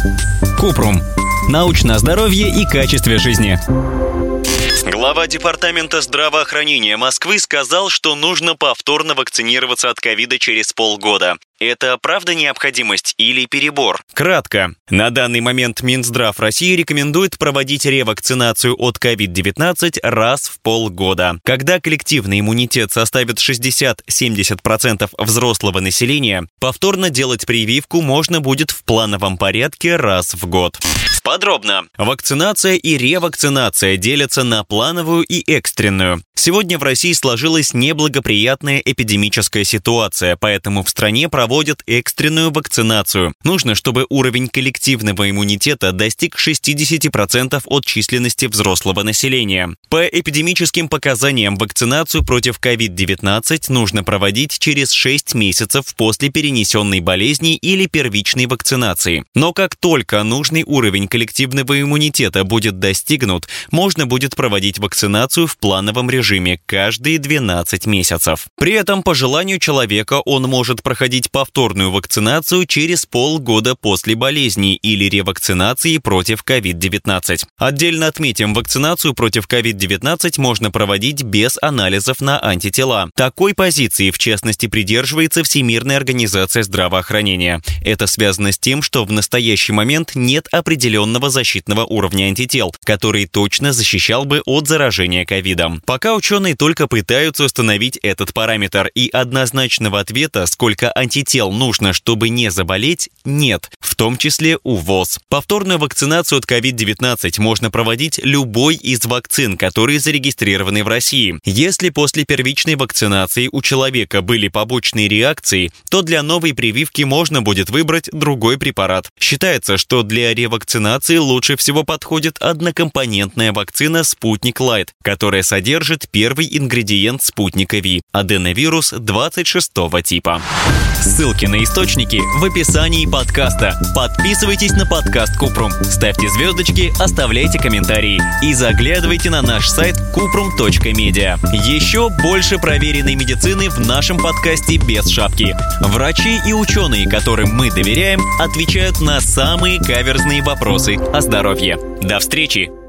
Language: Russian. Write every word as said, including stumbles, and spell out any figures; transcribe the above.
Купрум. Научное здоровье и качестве жизни. Глава Департамента здравоохранения Москвы сказал, что нужно повторно вакцинироваться от ковида через полгода. Это правда необходимость или перебор? Кратко. На данный момент Минздрав России рекомендует проводить ревакцинацию от ковид девятнадцать раз в полгода. Когда коллективный иммунитет составит шестьдесят-семьдесят процентов взрослого населения, повторно делать прививку можно будет в плановом порядке раз в год. Подробно. Вакцинация и ревакцинация делятся на плановую и экстренную. Сегодня в России сложилась неблагоприятная эпидемическая ситуация, поэтому в стране проводят экстренную вакцинацию. Нужно, чтобы уровень коллективного иммунитета достиг шестьдесят процентов от численности взрослого населения. По эпидемическим показаниям вакцинацию против ковид девятнадцать нужно проводить через шесть месяцев после перенесенной болезни или первичной вакцинации. Но как только нужный уровень коллективного иммунитета будет достигнут, можно будет проводить вакцинацию в плановом режиме каждые двенадцать месяцев. При этом, по желанию человека, он может проходить повторную вакцинацию через полгода после болезни или ревакцинации против ковид девятнадцать. Отдельно отметим, вакцинацию против ковид девятнадцать можно проводить без анализов на антитела. Такой позиции, в частности, придерживается Всемирная организация здравоохранения. Это связано с тем, что в настоящий момент нет определенного защитного уровня антител, который точно защищал бы от заражения ковидом. Пока ученые только пытаются установить этот параметр, и однозначного ответа, сколько антител нужно, чтобы не заболеть, нет, в том числе у ВОЗ. Повторную вакцинацию от ковид девятнадцать можно проводить любой из вакцин, которые зарегистрированы в России. Если после первичной вакцинации у человека были побочные реакции, то для новой прививки можно будет выбрать другой препарат. Считается, что для ревакцинации лучше всего подходит однокомпонентная вакцина «Спутник Лайт», которая содержит первый ингредиент спутника Ви – аденовирус двадцать шестого типа. Ссылки на источники в описании подкаста. Подписывайтесь на подкаст Купрум, ставьте звездочки, оставляйте комментарии и заглядывайте на наш сайт купрум точка медиа. Еще больше проверенной медицины в нашем подкасте без шапки. Врачи и ученые, которым мы доверяем, отвечают на самые каверзные вопросы о здоровье. До встречи!